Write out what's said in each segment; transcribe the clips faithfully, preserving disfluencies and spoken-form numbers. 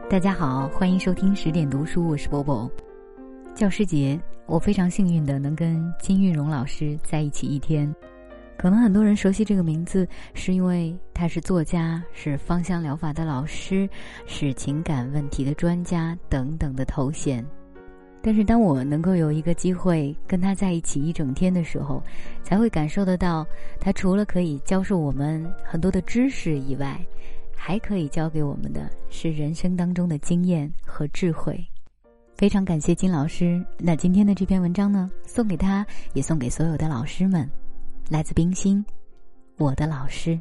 大家好，欢迎收听十点读书，我是波波。教师节，我非常幸运的能跟金玉荣老师在一起一天。可能很多人熟悉这个名字，是因为他是作家，是芳香疗法的老师，是情感问题的专家等等的头衔。但是当我能够有一个机会跟他在一起一整天的时候，才会感受得到，他除了可以教授我们很多的知识以外，还可以教给我们的是人生当中的经验和智慧。非常感谢金老师。那今天的这篇文章呢，送给他，也送给所有的老师们，来自冰心，我的老师。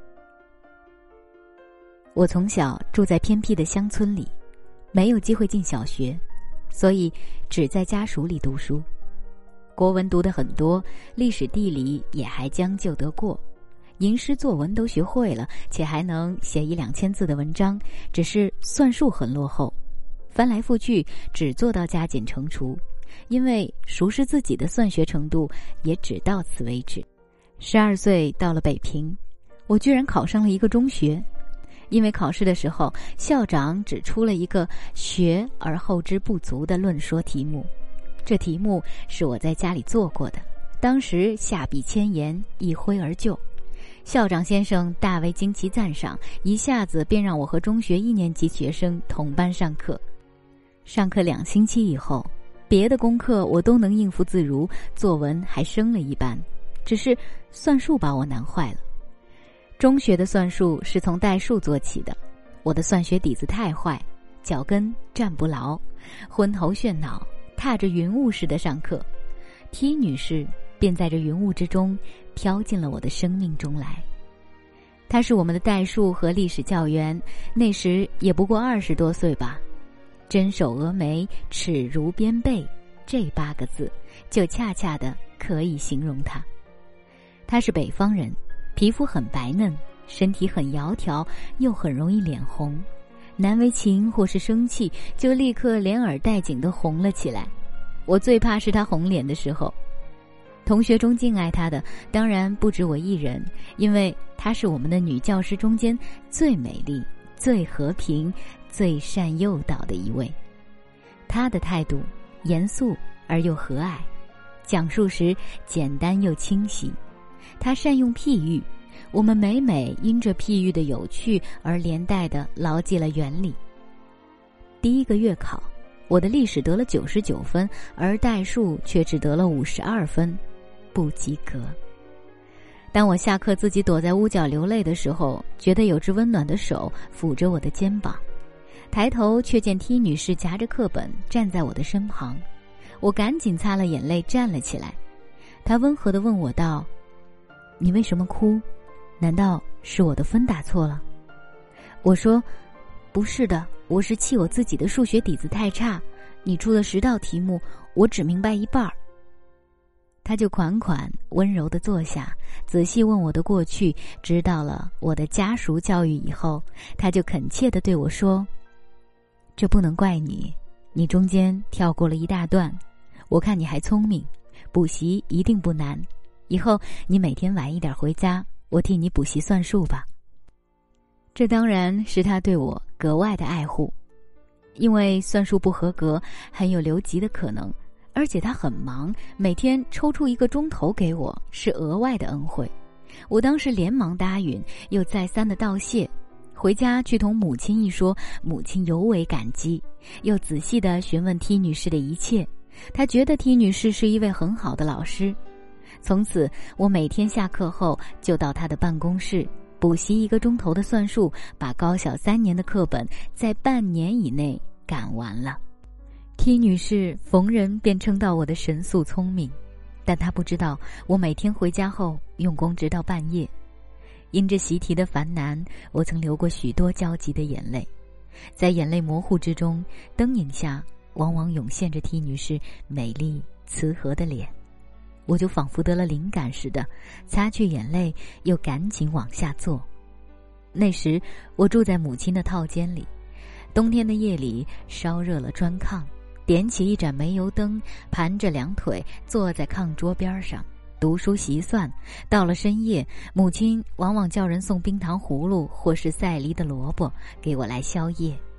我从小住在偏僻的乡村里，没有机会进小学，所以只在家属里读书。国文读得很多，历史地理也还将就得过，吟诗作文都学会了，且还能写一两千字的文章，只是算术很落后，翻来覆去只做到加减乘除，因为熟识自己的算学程度也只到此为止。十二岁到了北平，我居然考上了一个中学。因为考试的时候，校长只出了一个学而后知不足的论说题目，这题目是我在家里做过的，当时下笔千言，一挥而就。校长先生大为惊奇赞赏，一下子便让我和中学一年级学生同班上课。上课两星期以后，别的功课我都能应付自如，作文还升了一班，只是算术把我难坏了。中学的算术是从代数做起的，我的算学底子太坏，脚跟站不牢，昏头眩脑，踏着云雾似的上课。T 女士便在这云雾之中飘进了我的生命中来。她是我们的代数和历史教员，那时也不过二十多岁吧。针手峨眉，齿如边贝，这八个字就恰恰的可以形容她。她是北方人，皮肤很白嫩，身体很窈窕，又很容易脸红，难为情或是生气就立刻连耳带颈地红了起来。我最怕是她红脸的时候。同学中敬爱她的当然不止我一人，因为她是我们的女教师中间最美丽、最和平、最善诱导的一位。她的态度严肃而又和蔼，讲述时简单又清晰。她善用譬喻，我们每每因这譬喻的有趣而连带的牢记了原理。第一个月考，我的历史得了九十九分，而代数却只得了五十二分，不及格。当我下课自己躲在屋角流泪的时候，觉得有只温暖的手抚着我的肩膀，抬头却见 T 女士夹着课本站在我的身旁。我赶紧擦了眼泪站了起来。她温和地问我道：你为什么哭？难道是我的分打错了？我说：不是的，我是气我自己的数学底子太差，你出了十道题目，我只明白一半儿。他就款款温柔地坐下，仔细问我的过去，知道了我的家塾教育以后，他就恳切地对我说：这不能怪你，你中间跳过了一大段，我看你还聪明，补习一定不难，以后你每天晚一点回家，我替你补习算术吧。这当然是他对我格外的爱护，因为算术不合格很有留级的可能，而且他很忙，每天抽出一个钟头给我是额外的恩惠。我当时连忙答应，又再三的道谢，回家去同母亲一说，母亲尤为感激，又仔细地询问 T 女士的一切。她觉得 T 女士是一位很好的老师。从此我每天下课后就到她的办公室补习一个钟头的算术，把高小三年的课本在半年以内赶完了。T 女士逢人便称道我的神速聪明，但她不知道我每天回家后用功直到半夜。因着习题的烦难，我曾流过许多焦急的眼泪，在眼泪模糊之中，灯影下往往涌现着 T 女士美丽慈和的脸，我就仿佛得了灵感似的，擦去眼泪，又赶紧往下坐。那时我住在母亲的套间里，冬天的夜里烧热了砖炕，点起一盏煤油灯，盘着两腿坐在炕桌边上读书习算。到了深夜，母亲往往叫人送冰糖葫芦或是赛梨的萝卜给我来宵夜。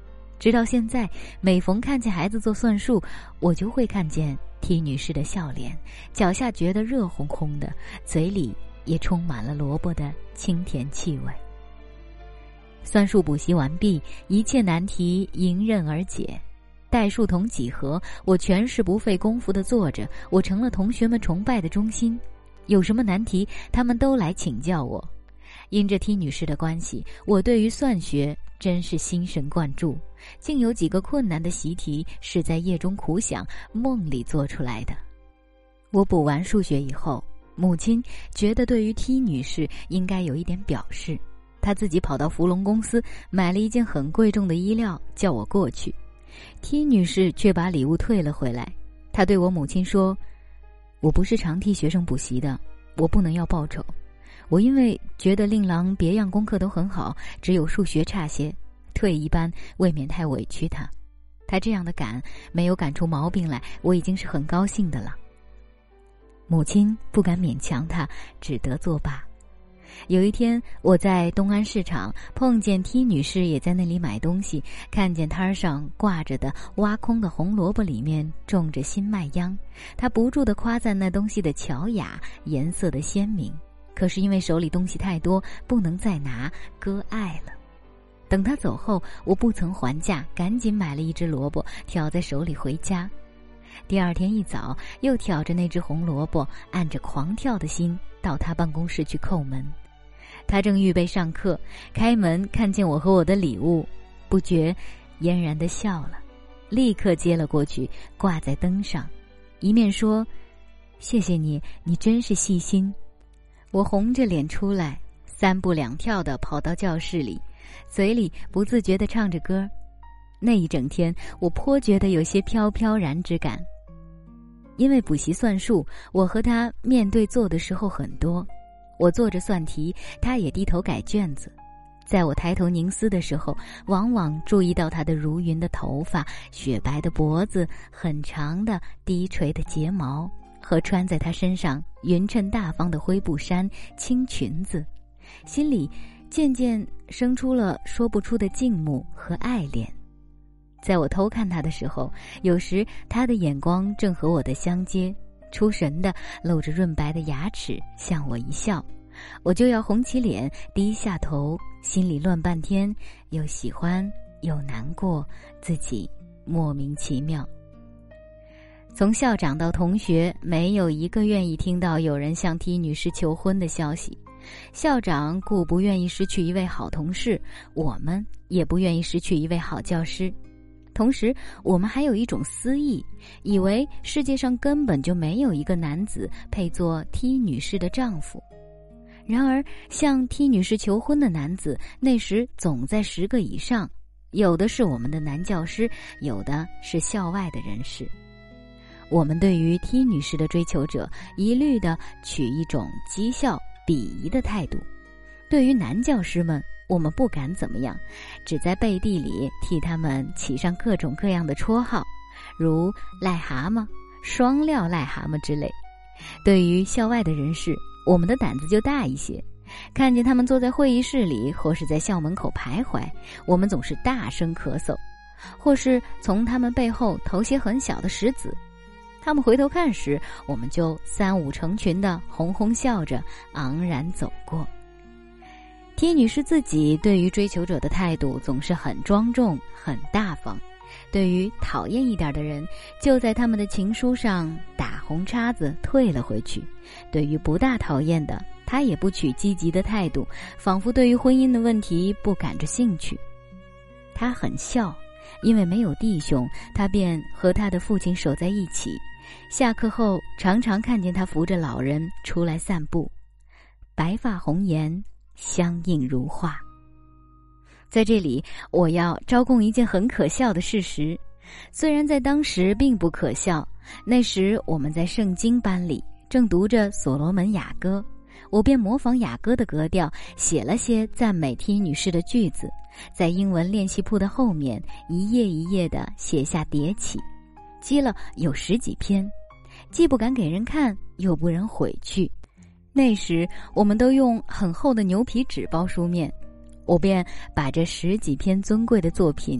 直到现在，每逢看见孩子做算术，我就会看见 T 女士的笑脸，脚下觉得热烘烘的，嘴里也充满了萝卜的清甜气味。算术补习完毕，一切难题迎刃而解。代数同几何，我全是不费功夫地做着，我成了同学们崇拜的中心。有什么难题，他们都来请教我。因着 T 女士的关系，我对于算学真是心神贯注，竟有几个困难的习题是在夜中苦想，梦里做出来的。我补完数学以后，母亲觉得对于 T 女士应该有一点表示，她自己跑到福隆公司买了一件很贵重的衣料，叫我过去。T 女士却把礼物退了回来。她对我母亲说，我不是常替学生补习的，我不能要报酬。我因为觉得令郎别样功课都很好，只有数学差些，退一班未免太委屈他。他这样的赶没有赶出毛病来，我已经是很高兴的了。母亲不敢勉强他，只得作罢。有一天我在东安市场碰见 T 女士也在那里买东西，看见摊上挂着的挖空的红萝卜里面种着新麦秧，她不住地夸赞那东西的巧雅，颜色的鲜明。可是因为手里东西太多，不能再拿，割爱了。等他走后，我不曾还价，赶紧买了一只萝卜，挑在手里回家。第二天一早，又挑着那只红萝卜，按着狂跳的心到他办公室去叩门。他正预备上课，开门看见我和我的礼物，不觉嫣然地笑了，立刻接了过去，挂在灯上，一面说，谢谢你，你真是细心。我红着脸出来，三步两跳地跑到教室里，嘴里不自觉地唱着歌。那一整天，我颇觉得有些飘飘然之感。因为补习算术，我和他面对坐的时候很多，我做着算题，他也低头改卷子。在我抬头凝思的时候，往往注意到他的如云的头发、雪白的脖子、很长的低垂的睫毛，和穿在他身上匀称大方的灰布衫、轻裙子，心里渐渐生出了说不出的敬慕和爱恋。在我偷看他的时候，有时他的眼光正和我的相接，出神的露着润白的牙齿向我一笑，我就要红起脸低下头，心里乱半天，又喜欢又难过，自己莫名其妙。从校长到同学，没有一个愿意听到有人向 T 女士求婚的消息。校长故不愿意失去一位好同事，我们也不愿意失去一位好教师。同时我们还有一种私意，以为世界上根本就没有一个男子配做 T 女士的丈夫。然而向 T 女士求婚的男子那时总在十个以上，有的是我们的男教师，有的是校外的人士。我们对于 T 女士的追求者一律的取一种讥笑鄙夷的态度，对于男教师们我们不敢怎么样，只在背地里替他们起上各种各样的绰号，如癞蛤蟆、双料癞蛤蟆之类。对于校外的人士，我们的胆子就大一些，看见他们坐在会议室里或是在校门口徘徊，我们总是大声咳嗽，或是从他们背后投些很小的石子。他们回头看时，我们就三五成群的哄哄笑着昂然走过。T 女士自己对于追求者的态度总是很庄重很大方，对于讨厌一点的人，就在他们的情书上打红叉子退了回去，对于不大讨厌的，她也不取积极的态度，仿佛对于婚姻的问题不感着兴趣。她很孝，因为没有弟兄，她便和她的父亲守在一起，下课后常常看见他扶着老人出来散步，白发红颜，相映如画。在这里我要招供一件很可笑的事实，虽然在当时并不可笑，那时我们在圣经班里正读着所罗门雅歌，我便模仿雅歌的格调，写了些赞美 T 女士的句子，在英文练习簿的后面一页一页地写下叠起，积了有十几篇，既不敢给人看，又不忍毁去。那时我们都用很厚的牛皮纸包书面，我便把这十几篇尊贵的作品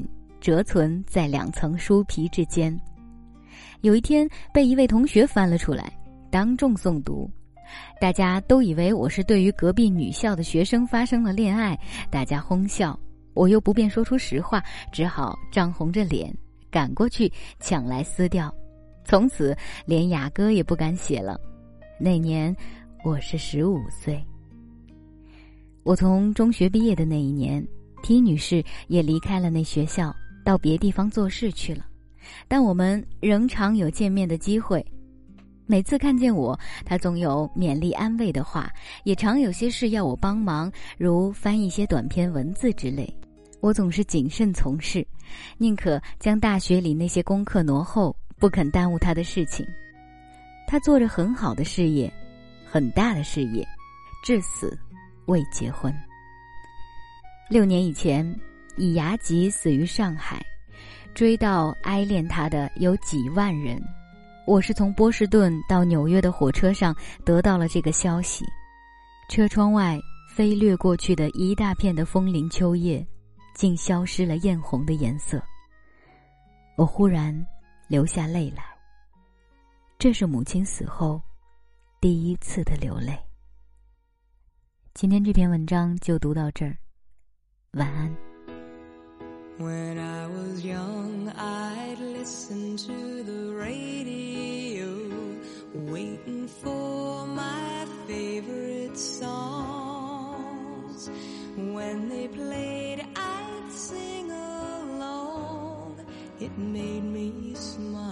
折存在两层书皮之间。有一天被一位同学翻了出来，当众诵读，大家都以为我是对于隔壁女校的学生发生了恋爱，大家哄笑，我又不便说出实话，只好涨红着脸赶过去抢来撕掉，从此连雅歌也不敢写了。那年我是十五岁。我从中学毕业的那一年， T 女士也离开了那学校，到别地方做事去了，但我们仍常有见面的机会。每次看见我，她总有勉励安慰的话，也常有些事要我帮忙，如翻一些短篇文字之类。我总是谨慎从事，宁可将大学里那些功课挪后，不肯耽误她的事情。她做着很好的事业，很大的事业，至死未结婚。六年以前，以牙疾死于上海，追悼哀恋他的有几万人。我是从波士顿到纽约的火车上得到了这个消息。车窗外飞掠过去的一大片的枫林秋叶，竟消失了艳红的颜色。我忽然流下泪来，这是母亲死后第一次的流泪。今天这篇文章就读到这儿，晚安。 When I was young, I'd listen to the radio, waiting for my favorite songs. When they played, I'd sing along. It made me smile.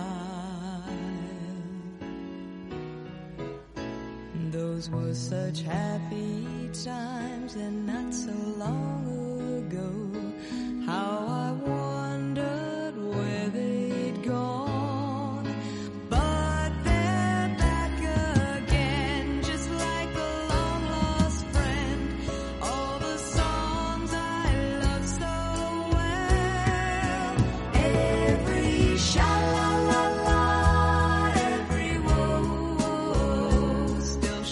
Those were such happy times, and not so long ago.How I wondered where they'd gone, but they're back again, just like a long lost friend. All the songs I love so well, every sha-la-la-la, every woe still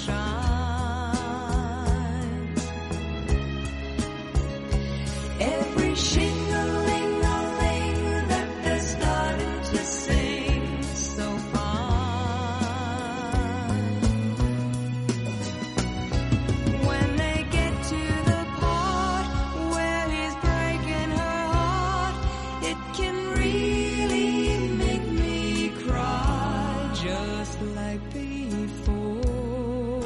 shines. Every shing-a-ling-a-ling that they're starting to sing so fine. When they get to the part where he's breaking her heart, it can really make me cry, just like before.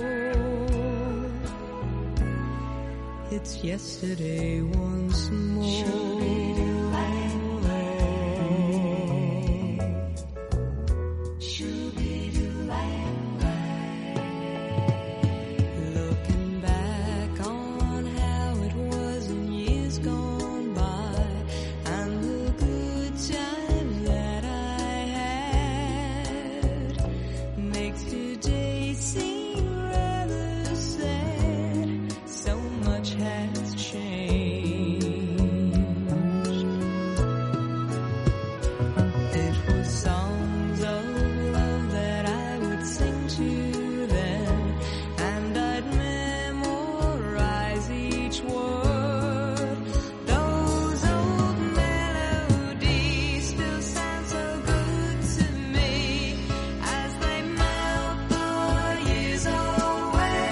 It's yesterday once more. Looking back on how it was in years gone by, and the good times that I had, makes today seem rather sad. So much has changed. It was songs of love that I would sing to them, and I'd memorize each word. Those old melodies still sound so good to me as they melt the years away.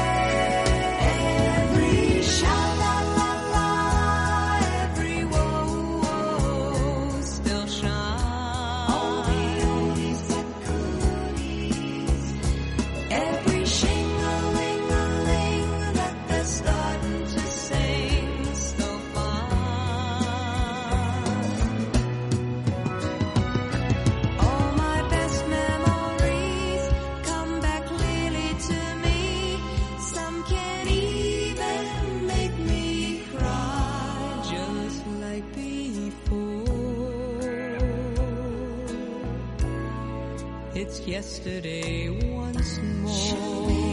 Every sha-la-la-la, every woe still shines. All the oldies but goodies. Every shing-a-ling-a-ling that they're starting to sing so fine. All my best memories come back clearly to me. Some can even make me cry, just like before. It's yesterday once more.